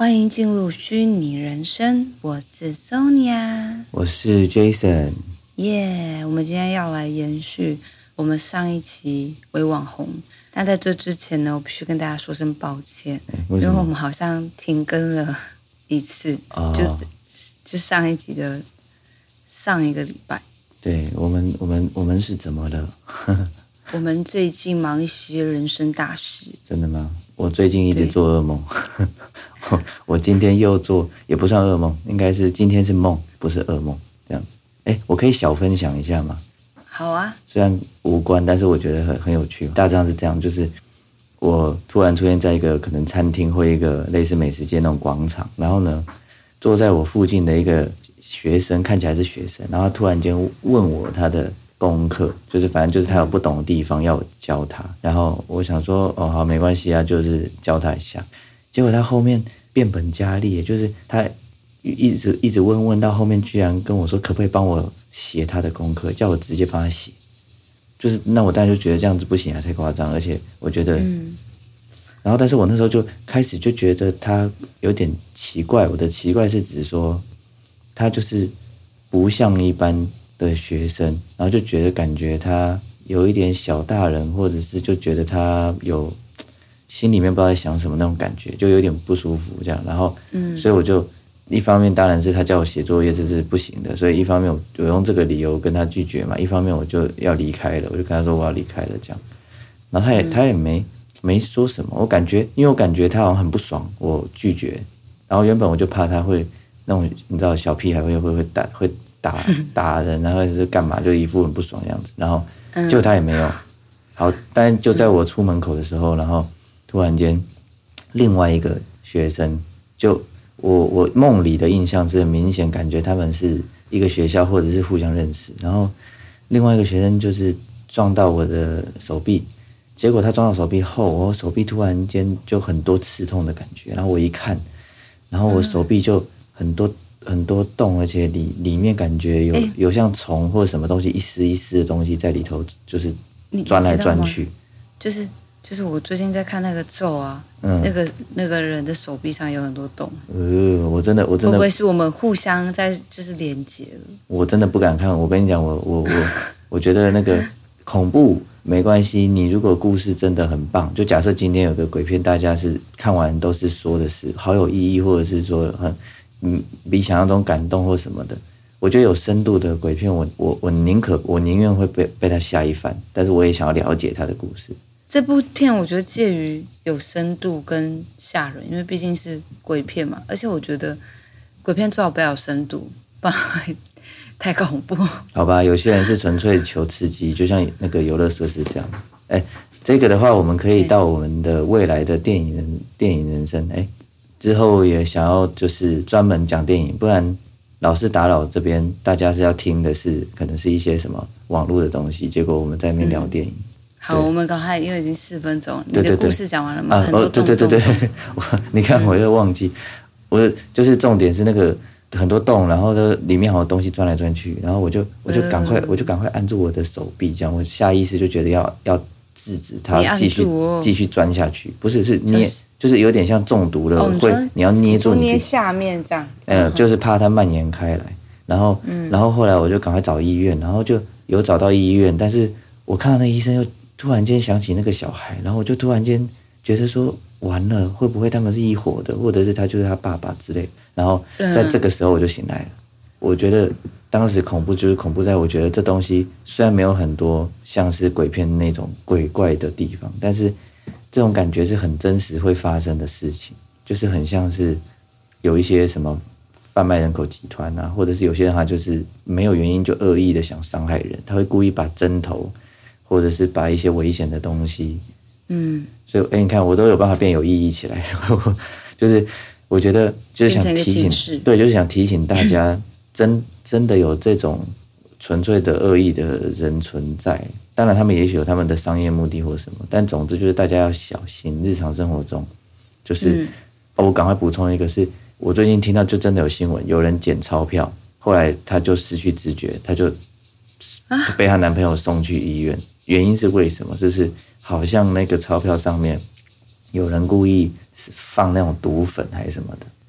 欢迎进入虚拟人生，我是 Sonia， 我是 Jason。 耶！我们今天要来延续我们上一期微网红，但在这之前呢，我必须跟大家说声抱歉，因为我们好像停更了一次，就上一集的上一个礼拜。 对，我们是怎么了？ 我们最近忙一些人生大事。 真的吗？我最近一直做噩梦。我今天又做，也不算噩梦，应该是今天是梦，不是噩梦这样子。我可以小分享一下吗？ 好啊。 虽然无关，但是我觉得很有趣。大致上是这样，就是我突然出现在一个可能餐厅或一个类似美食街那种广场，然后呢，坐在我附近的一个学生，看起来是学生，然后突然间问我他的功课，就是反正就是他有不懂的地方要我教他，然后我想说好没关系啊，就是教他一下。结果他后面变本加厉，就是他一直问到后面，居然跟我说可不可以帮我写他的功课，叫我直接帮他写。就是那我当然就觉得这样子不行啊，太夸张，而且我觉得，然后但是我那时候就开始就觉得他有点奇怪。我的奇怪是指说他就是不像一般的学生，然后就觉得感觉他有一点小大人，或者是就觉得他有心里面不知道在想什么那种感觉，就有点不舒服这样。然后所以我就一方面当然是他叫我写作业，这是不行的，所以一方面我用这个理由跟他拒绝嘛，一方面我就要离开了，我就跟他说我要离开了这样。然后他也没说什么，因为我感觉他好像很不爽我拒绝，然后原本我就怕他会那种你知道小屁孩会打人，然后是干嘛，就一副很不爽的样子，然后结果他也没有。好，但就在我出门口的时候，然后突然间另外一个学生，就我梦里的印象是很明显，感觉他们是一个学校或者是互相认识，然后另外一个学生就是撞到我的手臂，结果他撞到手臂后，我手臂突然间就很多刺痛的感觉，然后我一看，然后我手臂就很多洞，而且里面感觉有像虫或者什么东西一丝一丝的东西在里头，就是钻来钻去。 就是我最近在看那个咒啊，那个人的手臂上有很多洞。 我真的会不会是我们互相在就是连结了？ 我真的不敢看。我跟你讲，我觉得那个恐怖没关系，你如果故事真的很棒，就假设今天有个鬼片，大家是看完都是说的是好有意义，或者是说比想象中感动或什么的，我觉得有深度的鬼片，我宁愿会被他吓一番，但是我也想要了解他的故事。 这部片我觉得介于有深度跟吓人，因为毕竟是鬼片嘛，而且我觉得鬼片最好不要有深度，不然会太恐怖。 好吧，有些人是纯粹求刺激，就像那个游乐设施这样。这个的话，我们可以到我们的未来的电影人生。之后也想要就是专门讲电影，不然老是打扰这边大家是要听的是可能是一些什么网络的东西，结果我们在那边聊电影。 好，我们赶快，因为已经4分钟了，你的故事讲完了吗？ 对，你看我又忘记，我就是重点是那个很多洞，然后里面好多东西钻来钻去，然后我就赶快按住我的手臂，这样我下意识就觉得要制止它继续钻下去，不是捏，就是有点像中毒了，你要捏住捏下面这样， 就是怕它蔓延开来，然后后来我就赶快找医院，然后就有找到医院，但是我看到那医生又突然间想起那个小孩，然后我就突然间觉得说完了，会不会他们是一伙的，或者是他就是他爸爸之类，然后在这个时候我就醒来了。我觉得当时恐怖就是恐怖在我觉得这东西虽然没有很多像是鬼片那种鬼怪的地方，但是这种感觉是很真实会发生的事情，就是很像是有一些什么贩卖人口集团啊，或者是有些人他就是没有原因就恶意的想伤害人，他会故意把针头或者是把一些危险的东西，所以你看我都有办法变有意义起来，就是我觉得就是想提醒，对，就是想提醒大家，真的有这种纯粹的恶意的人存在。当然他们也许有他们的商业目的或什么，但总之就是大家要小心，日常生活中就是我赶快补充一个，是我最近听到就真的有新闻，有人捡钞票，后来他就失去知觉，他就被她男朋友送去医院。原因是为什么？就是好像那个钞票上面有人故意放那种毒粉还是什么的，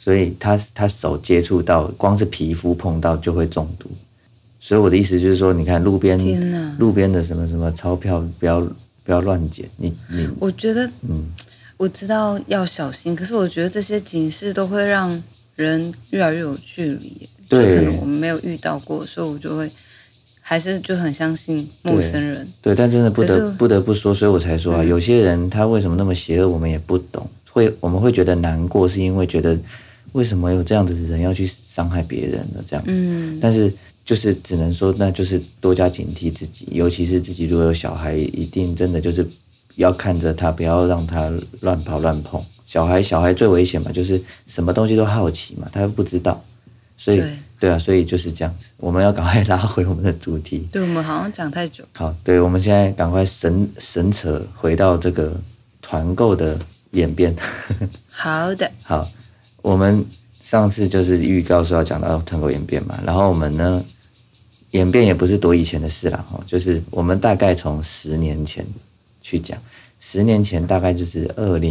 所以他手接触到，光是皮肤碰到就会中毒。所以我的意思就是说，你看路边的什么什么钞票，不要乱捡。 我觉得，我知道要小心，可是我觉得这些警示都会让人越来越有距离。对，可能我们没有遇到过，所以我就会还是就很相信陌生人。 对，但真的不得不说，所以我才说啊，有些人他为什么那么邪恶，我们也不懂。我们会觉得难过，是因为觉得为什么有这样的人要去伤害别人呢？这样子，但是就是只能说，那就是多加警惕自己，尤其是自己如果有小孩，一定真的就是要看着他，不要让他乱跑乱碰。小孩最危险嘛，就是什么东西都好奇嘛，他又不知道，所以对啊，所以就是这样子。我们要赶快拉回我们的主题。 对，我们好像讲太久。 好，对，我们现在赶快神扯回到这个团购的演变。 好的。 好，我们上次就是预告说要讲到团购演变嘛，然后我们呢演变也不是多以前的事啦，就是我们大概从10年前去讲，10年前大概就是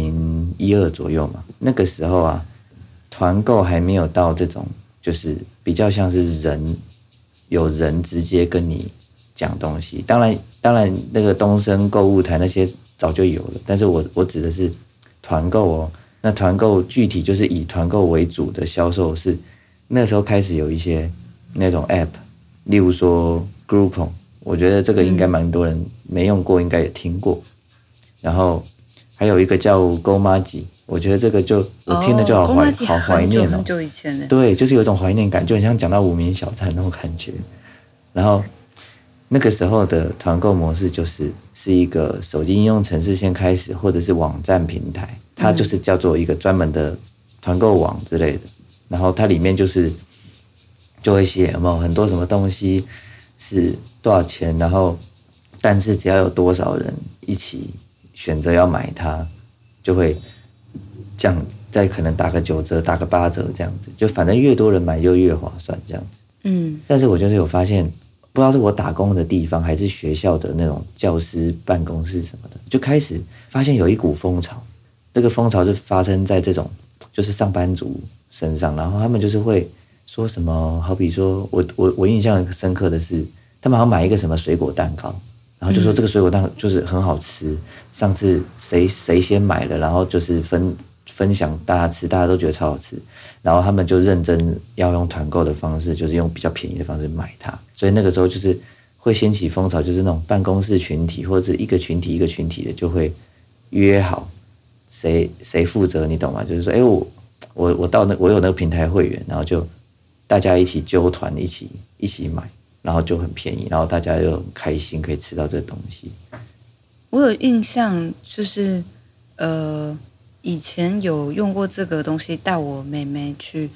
2012左右嘛，那个时候啊，团购还没有到这种，就是比较像是有人直接跟你讲东西。当然那个东森购物台那些早就有了，但是我指的是团购哦。那团购具体就是以团购为主的销售，是那时候开始有一些那种 app， 例如说 Groupon， 我觉得这个应该蛮多人没用过，应该也听过。然后还有一个叫 GoMaji， 我觉得这个我听了就好怀念哦， 很久以前的。 对，就是有一种怀念感，就很像讲到无名小站那种感觉。然后那个时候的团购模式是一个手机应用程式先开始，或者是网站平台，它就是叫做一个专门的团购网之类的。然后它里面就会写有没有很多什么东西是多少钱，然后但是只要有多少人一起选择要买它，就会这样再可能打个9折、打个8折这样子，就反正越多人买就越划算这样子。但是我就是有发现，不知道是我打工的地方还是学校的那种教师办公室什么的，就开始发现有一股风潮。这个风潮是发生在这种就是上班族身上，然后他们就是会说什么，好比说我印象很深刻的是，他们好像买一个什么水果蛋糕，然后就说这个水果蛋糕就是很好吃，上次谁先买了，然后就是分享大家吃，大家都觉得超好吃，然后他们就认真要用团购的方式，就是用比较便宜的方式买它。所以那个时候就是会掀起风潮，就是那种办公室群体或者一个群体的就会约好谁负责，你懂吗？就是说，我到我有那个平台会员，然后就大家一起揪团一起买，然后就很便宜，然后大家又很开心可以吃到这东西。 我有印象，就是以前有用过这个东西，带我妹妹去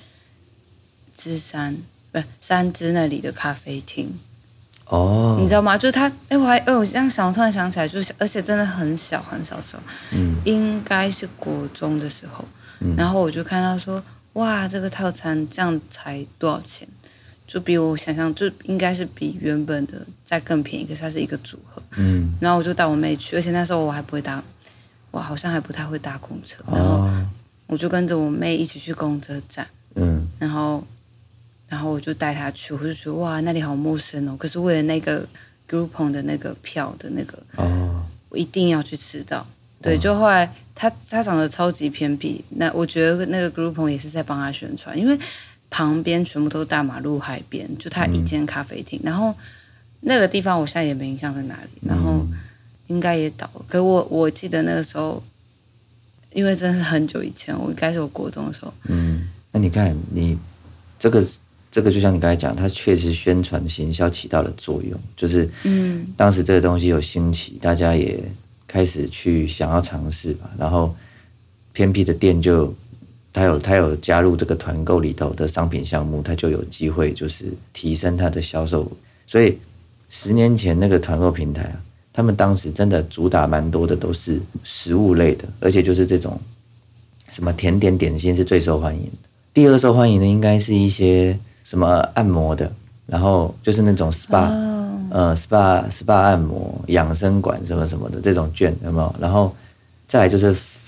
三芝那里的咖啡厅。哦，你知道吗？就是他，我这样想，突然想起来，就是而且真的很小很小的时候，应该是国中的时候，然后我就看到说，哇，这个套餐这样才多少钱？就比我想象，就应该是比原本的再更便宜，可是它是一个组合。然后我就带我妹去，而且那时候我还不会搭，我好像还不太会搭公车，然后我就跟着我妹一起去公车站，然后我就带她去，我就觉得哇，那里好陌生哦。可是为了那个 Groupon 的那个票的那个，我一定要去吃到。对，就后来它长得超级偏僻，那我觉得那个 Groupon 也是在帮他宣传，因为旁边全部都是大马路海边，就它一间咖啡厅，然后那个地方我现在也没印象在哪里，然后应该也倒了。可我记得那个时候，因为真的是很久以前，我应该是我国中的时候。 那你看你这个就像你刚才讲，它确实宣传行销起到了作用，就是当时这个东西有兴起，大家也开始去想要尝试吧。然后偏僻的店它有加入这个团购里头的商品项目，它就有机会就是提升它的销售。所以10年前那个团购平台啊，他们当时真的主打蛮多的都是食物类的，而且就是这种什么甜点点心是最受欢迎的。第二受欢迎的应该是一些什么按摩的，然后就是那种 SPA， 按摩、养生馆什么什么的这种券有没有？然后再来就是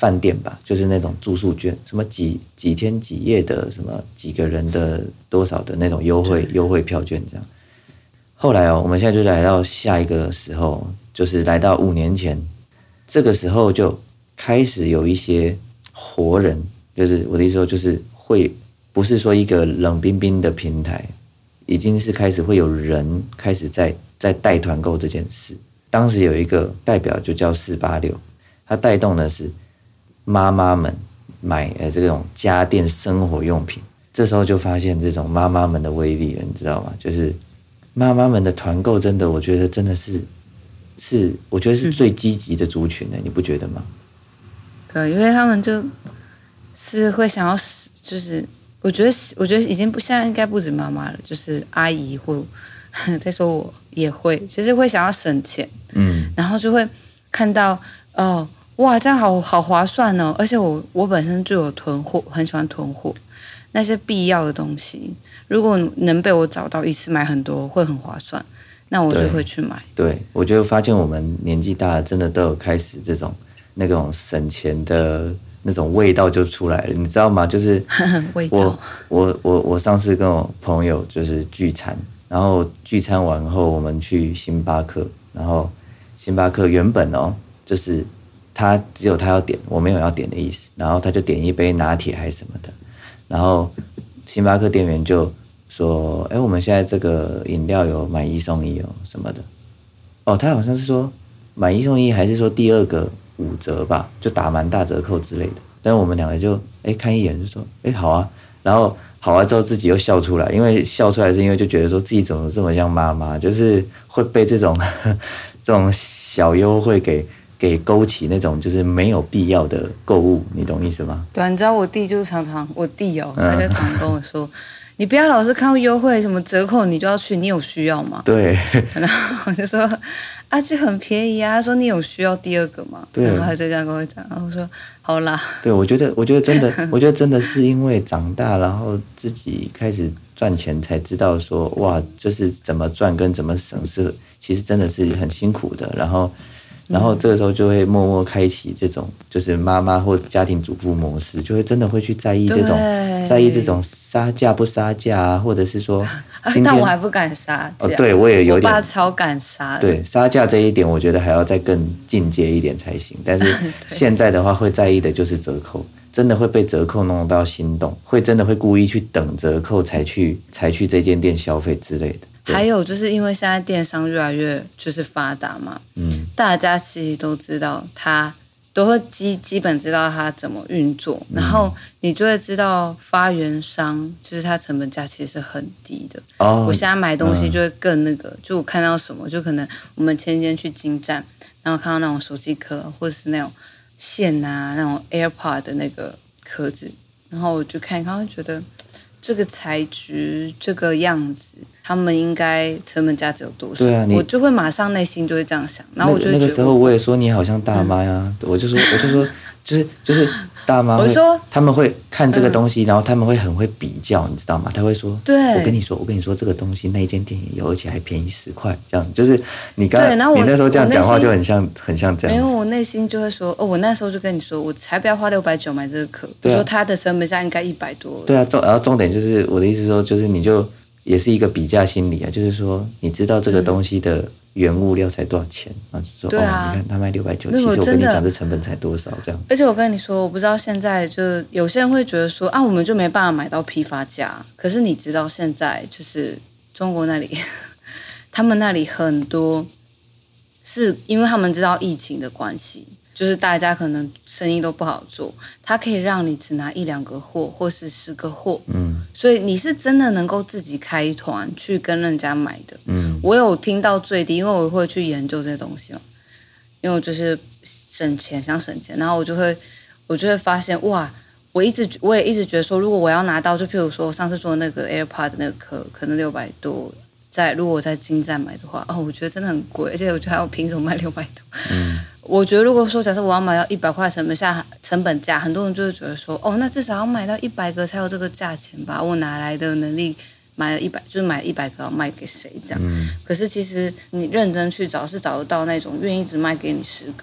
饭店吧，就是那种住宿券，什么几天几夜的，什么几个人的多少的那种优惠票券这样。后来我们现在就来到下一个时候，就是来到5年前，这个时候就开始有一些活人，就是我的意思说，就是会不是说一个冷冰冰的平台，已经是开始会有人开始在带团购这件事。当时有一个代表就叫486，他带动的是妈妈们买这种家电生活用品。这时候就发现这种妈妈们的威力了，你知道吗？就是妈妈们的团购真的，我觉得真的是我觉得是最积极的族群的，你不觉得吗？ 对，因为他们就是会想要，就是我觉得已经现在应该不止妈妈了，就是阿姨或再说我也会，就是会想要省钱，然后就会看到哇，这样好划算哦！而且我本身就有囤货，很喜欢囤货，那些必要的东西，如果能被我找到一次买很多，会很划算，那我就会去买。对， 我就发现我们年纪大了，真的都有开始那种省钱的那种味道就出来了，你知道吗？就是味道。 我上次跟我朋友就是聚餐，然后聚餐完后我们去星巴克，然后星巴克原本就是只有他要点，我没有要点的意思，然后他就点一杯拿铁还是什么的，然后星巴克店员就说：“我们现在这个饮料有买1送1什么的。”他好像是说买1送1，还是说第2个5折吧，就打蛮大折扣之类的。但是我们两个就看一眼就说：“好啊。”然后好啊之后自己又笑出来，因为笑出来是因为就觉得说自己怎么这么像妈妈，就是会被这种小优惠给勾起那种就是没有必要的购物，你懂意思吗？ 对啊，你知道我弟就是常常他就常跟我说，你不要老是看到优惠什么折扣你就要去，你有需要吗？ 对。 然后我就说就很便宜啊。他说你有需要第2个吗？对。然后他就这样跟我讲，然后我说好啦。对，我觉得真的是因为长大，然后自己开始赚钱才知道说哇，就是怎么赚跟怎么省其实真的是很辛苦的。然后这个时候就会默默开启这种就是妈妈或家庭主妇模式，就会真的会去在意这种杀价不杀价啊，或者是说但我还不敢杀价。 对，我也有点。 我爸超敢杀的。 对，杀价这一点我觉得还要再更进阶一点才行。但是现在的话会在意的就是折扣，真的会被折扣弄到心动，真的会故意去等折扣才去这间店消费之类的。 还有就是因为现在电商越来越就是发达嘛，大家其实都知道它都会基本知道它怎么运作，然后你就会知道发源商就是它成本价其实是很低的。我现在买东西就会更就我看到什么，就可能我们前几天去金站，然后看到那种手机壳或者是那种线啊，那种 AirPod 的那个壳子，然后我就看一看，我觉得这个材质这个样子，他们应该成本价值有多少？对啊，我就会马上内心就会这样想，然后我就觉得那个时候我也说你好像大妈呀，我就说就是大妈会， 我说他们会看这个东西，然后他们会很会比较，你知道吗？他会说， 对， 我跟你说这个东西那一间店也有，而且还便宜10块，这样就是你刚对，然后你那时候这样讲话就很像这样。 没有，我内心就会说，我那时候就跟你说，我才不要花690买这个壳，我说它的成本价应该100多。 对啊，然后重点就是我的意思说，就是你就也是一个比价心理啊，就是说你知道这个东西的原物料才多少钱，然后就说你看他卖690，其实我跟你讲这成本才多少这样。 而且我跟你说，我不知道现在就有些人会觉得说我们就没办法买到批发价，可是你知道现在就是中国那里，他们那里很多是因为他们知道疫情的关系。就是大家可能生意都不好做，它可以让你只拿1-2个货，或是10个货，所以你是真的能够自己开团去跟人家买的。我有听到最低，因为我会去研究这些东西嘛，因为我就是想省钱，然后我就会发现哇，我也一直觉得说，如果我要拿到，就譬如说我上次说那个 AirPod 的那个壳，可能600多。如果我在金站买的话，我觉得真的很贵，而且我觉得我凭什么卖600多？我觉得如果说假设我要买到100块成本价，很多人就会觉得说，那至少要买到100个才有这个价钱吧？我哪来的能力买了就是买100个要卖给谁这样？可是其实你认真去找是找得到那种愿意只卖给你10个，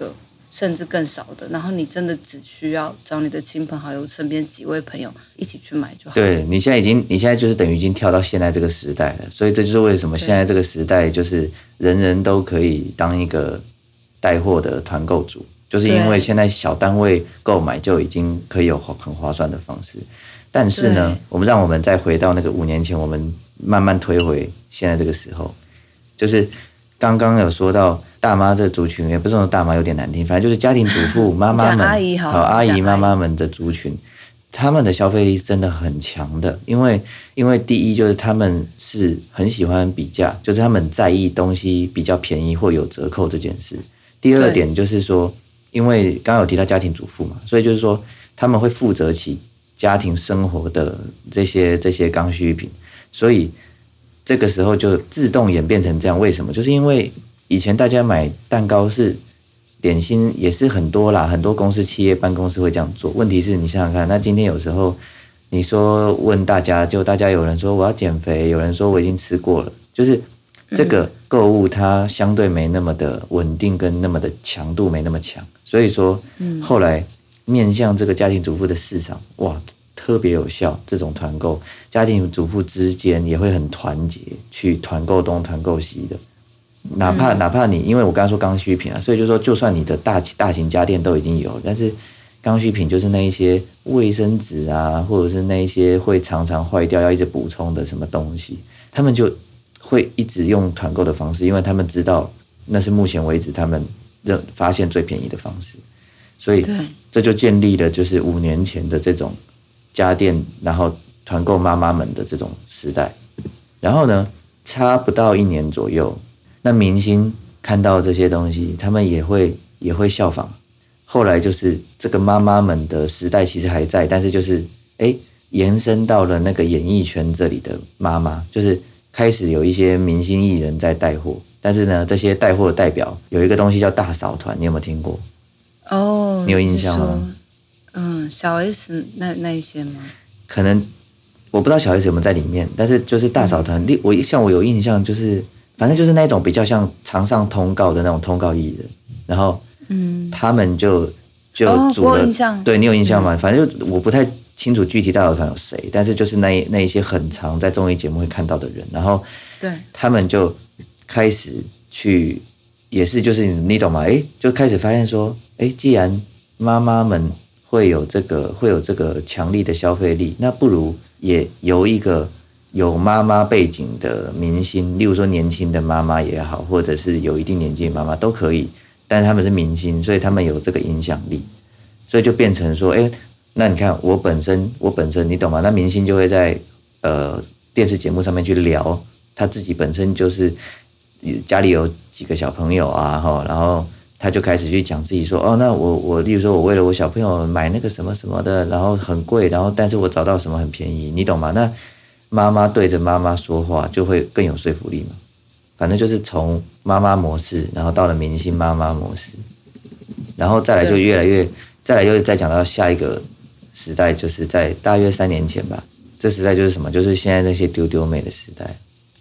甚至更少的，然后你真的只需要找你的亲朋好友、身边几位朋友一起去买就好。 对，你现在就是等于已经跳到现在这个时代了，所以这就是为什么现在这个时代就是人人都可以当一个带货的团购主，就是因为现在小单位购买就已经可以有很划算的方式。但是呢，我们再回到那个5年前，我们慢慢推回现在这个时候，就是刚刚有说到大妈这族群，也不是说大妈有点难听，反正就是家庭主妇妈妈们、阿姨妈妈们的族群，他们的消费力真的很强的，因为第一就是他们是很喜欢比价，就是他们在意东西比较便宜或有折扣这件事。第二点就是说，因为刚刚有提到家庭主妇嘛，所以就是说他们会负责起家庭生活的这些刚需品，所以这个时候就自动演变成这样。为什么？就是因为以前大家买蛋糕是点心也是很多啦，很多公司企业办公室会这样做。问题是你想想看，那今天有时候你说问大家，就大家有人说我要减肥，有人说我已经吃过了，就是这个购物它相对没那么的稳定，跟那么的强度没那么强，所以说后来面向这个家庭主妇的市场，哇，特别有效。这种团购，家庭主妇之间也会很团结，去团购东团购西的。哪怕你，因为我刚刚说刚需品啊，所以就说就算你的大型家电都已经有，但是刚需品就是那一些卫生纸啊，或者是那一些会常常坏掉要一直补充的什么东西，他们就会一直用团购的方式，因为他们知道那是目前为止他们发现最便宜的方式，所以这就建立了就是5年前的这种家电然后团购妈妈们的这种时代。然后呢，差不到1年左右，那明星看到这些东西，他们也会效仿。后来就是这个妈妈们的时代其实还在，但是就是延伸到了那个演艺圈这里的妈妈，就是开始有一些明星艺人在带货。但是呢，这些带货的代表有一个东西叫大嫂团，你有没有听过？ 哦， 你有印象吗？ 小 S 那一些吗？ 可能我不知道小 S 有没有在里面，但是就是大嫂团，我有印象，就是反正就是那种比较像常上通告的那种通告艺人，然后他们就组了，对，你有印象吗？反正就我不太清楚具体大嫂团有谁，但是就是那一些很常在综艺节目会看到的人，然后对他们就开始去，也是就是你懂吗？就开始发现说，既然妈妈们会有这个强力的消费力，那不如也由一个有妈妈背景的明星，例如说年轻的妈妈也好，或者是有一定年纪的妈妈都可以，但是他们是明星，所以他们有这个影响力，所以就变成说，那你看我本身你懂吗？那明星就会在电视节目上面去聊他自己本身就是家里有几个小朋友啊，然后他就开始去讲自己说，那我例如说我为了我小朋友买那个什么什么的，然后很贵，然后但是我找到什么很便宜，你懂吗？那妈妈对着妈妈说话就会更有说服力嘛。反正就是从妈妈模式，然后到了明星妈妈模式，然后再来就越来越，再来又再讲到下一个时代，就是在大约3年前吧。这时代就是什么？就是现在那些丢丢妹的时代。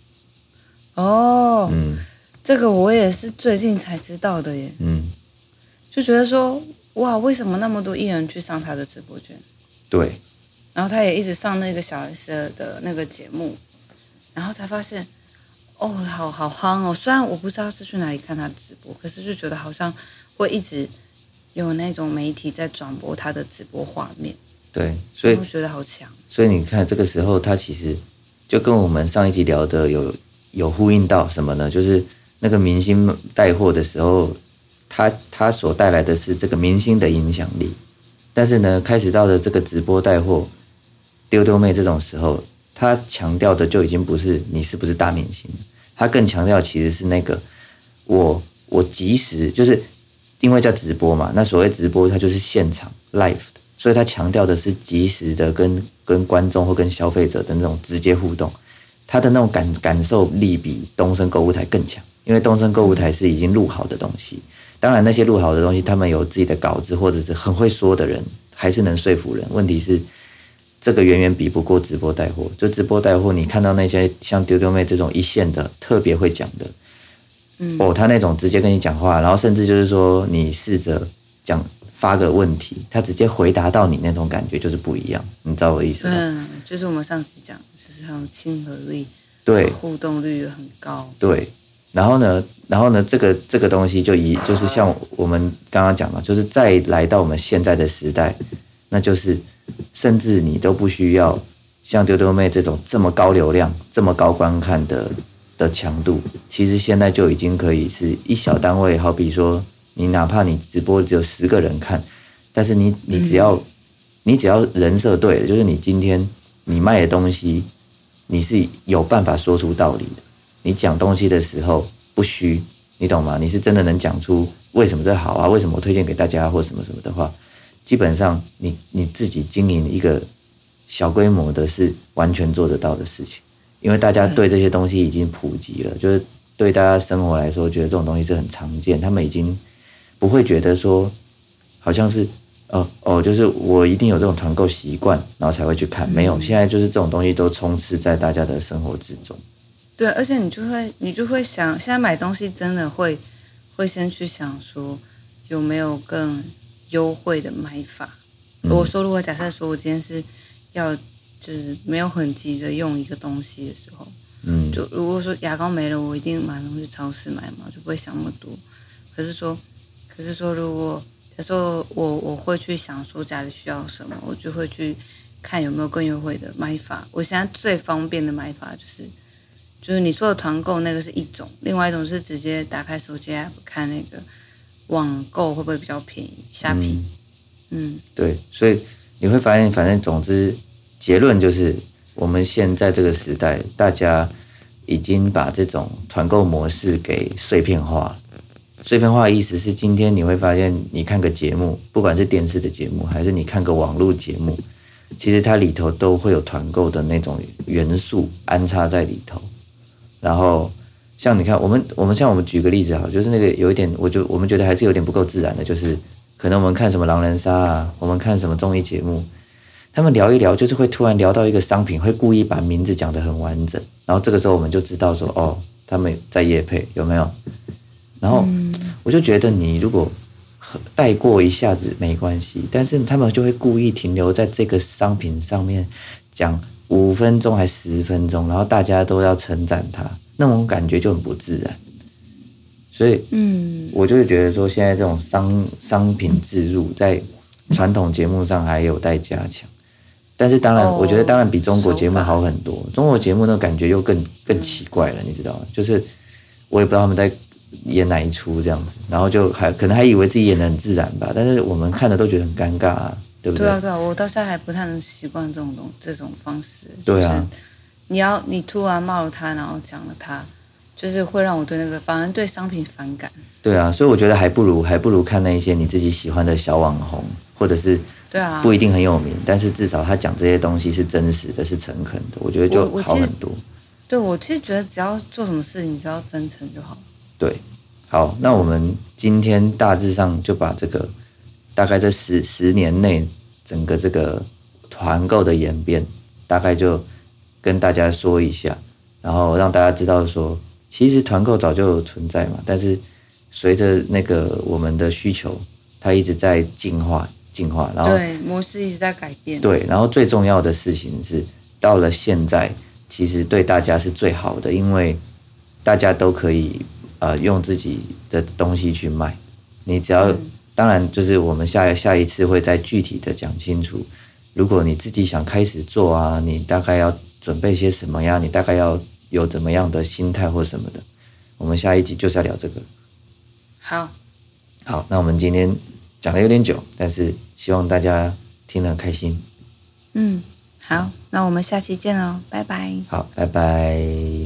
这个我也是最近才知道的耶。就觉得说，哇，为什么那么多艺人去上他的直播间？ 对。 然后他也一直上那个小 S 的那个节目，然后才发现，好夯哦！虽然我不知道是去哪里看他的直播，可是就觉得好像会一直有那种媒体在转播他的直播画面。 对，所以我觉得好强。所以你看，这个时候他其实就跟我们上一集聊的有呼应到什么呢？就是那个明星带货的时候，他所带来的是这个明星的影响力，但是呢，开始到了这个直播带货丢丢妹这种时候，他强调的就已经不是你是不是大明星，他更强调其实是那个我即时，就是因为叫直播嘛，那所谓直播它就是现场 live 的，所以他强调的是即时的跟观众或跟消费者的那种直接互动，他的那种感受力比东森购物台更强，因为东森购物台是已经录好的东西，当然那些录好的东西他们有自己的稿子或者是很会说的人还是能说服人，问题是这个远远比不过直播带货。就直播带货，你看到那些像丢丢妹这种一线的特别会讲的，他那种直接跟你讲话，然后甚至就是说你试着发个问题，他直接回答到你那种感觉就是不一样，你知道我的意思吗？ 就是我们上次讲，就是很有亲和力， 对， 互动率很高， 对。然后呢，这个东西就是像我们刚刚讲的，就是再来到我们现在的时代，那就是甚至你都不需要像丢丢妹这种这么高流量、这么高观看的强度，其实现在就已经可以是一小单位，好比说你哪怕你直播只有10个人看，但是你只要人设对了，就是你今天你卖的东西，你是有办法说出道理的。你讲东西的时候不虚，你懂吗？你是真的能讲出为什么这好啊，为什么我推荐给大家或什么什么的话，基本上你自己经营一个小规模的是完全做得到的事情，因为大家对这些东西已经普及了，就是对大家生活来说，觉得这种东西是很常见，他们已经不会觉得说好像是就是我一定有这种团购习惯，然后才会去看，没有，现在就是这种东西都充斥在大家的生活之中。 对，而且你就会想，现在买东西真的会先去想说有没有更优惠的买法。如果假设说我今天是要就是没有很急着用一个东西的时候，就如果说牙膏没了，我一定马上去超市买嘛，就不会想那么多。可是说如果假设我会去想说家里需要什么，我就会去看有没有更优惠的买法。我现在最方便的买法就是你说的团购那个是一种，另外一种是直接打开手机 app 看那个网购会不会比较便宜，虾皮。 对，所以你会发现，反正总之结论就是，我们现在这个时代，大家已经把这种团购模式给碎片化了。碎片化的意思是，今天你会发现，你看个节目，不管是电视的节目，还是你看个网络节目，其实它里头都会有团购的那种元素安插在里头。然后像你看，我们举个例子好，就是那个有一点，我们觉得还是有点不够自然的，就是可能我们看什么狼人杀啊，我们看什么综艺节目，他们聊一聊，就是会突然聊到一个商品，会故意把名字讲得很完整，然后这个时候我们就知道说，他们在业配有没有？然后我就觉得你如果带过一下子没关系，但是他们就会故意停留在这个商品上面讲5分钟还10分钟，然后大家都要称赞他，那种感觉就很不自然。所以，我就会觉得说，现在这种商品置入在传统节目上还有待加强。但是当然，我觉得当然比中国节目好很多。中国节目那感觉又更奇怪了，你知道吗？就是我也不知道他们在演哪一出这样子，然后就可能还以为自己演得很自然吧，但是我们看的都觉得很尴尬啊。对不对？ 对啊，我到现在还不太能习惯这种方式。 对啊， 就是你突然骂了他，然后讲了他，就是会让我对那个反而对商品反感。 对啊，所以我觉得还不如看那一些你自己喜欢的小网红，或者是对啊， 不一定很有名，但是至少他讲这些东西是真实的，是诚恳的，我觉得就好很多。 对，我其实觉得只要做什么事，你只要真诚就好。 对，好，那我们今天大致上就把这个。大概这10年内，整个这个团购的演变，大概就跟大家说一下，然后让大家知道说，其实团购早就存在嘛，但是随着那个我们的需求，它一直在进化，然后对模式一直在改变。 对，然后最重要的事情是，到了现在，其实对大家是最好的，因为大家都可以用自己的东西去卖，你只要。当然，就是我们下一次会再具体的讲清楚。如果你自己想开始做啊，你大概要准备些什么呀？你大概要有怎么样的心态或什么的？我们下一集就是要聊这个。好，那我们今天讲的有点久，但是希望大家听得很开心。 好，那我们下期见喽，拜拜。 好，拜拜。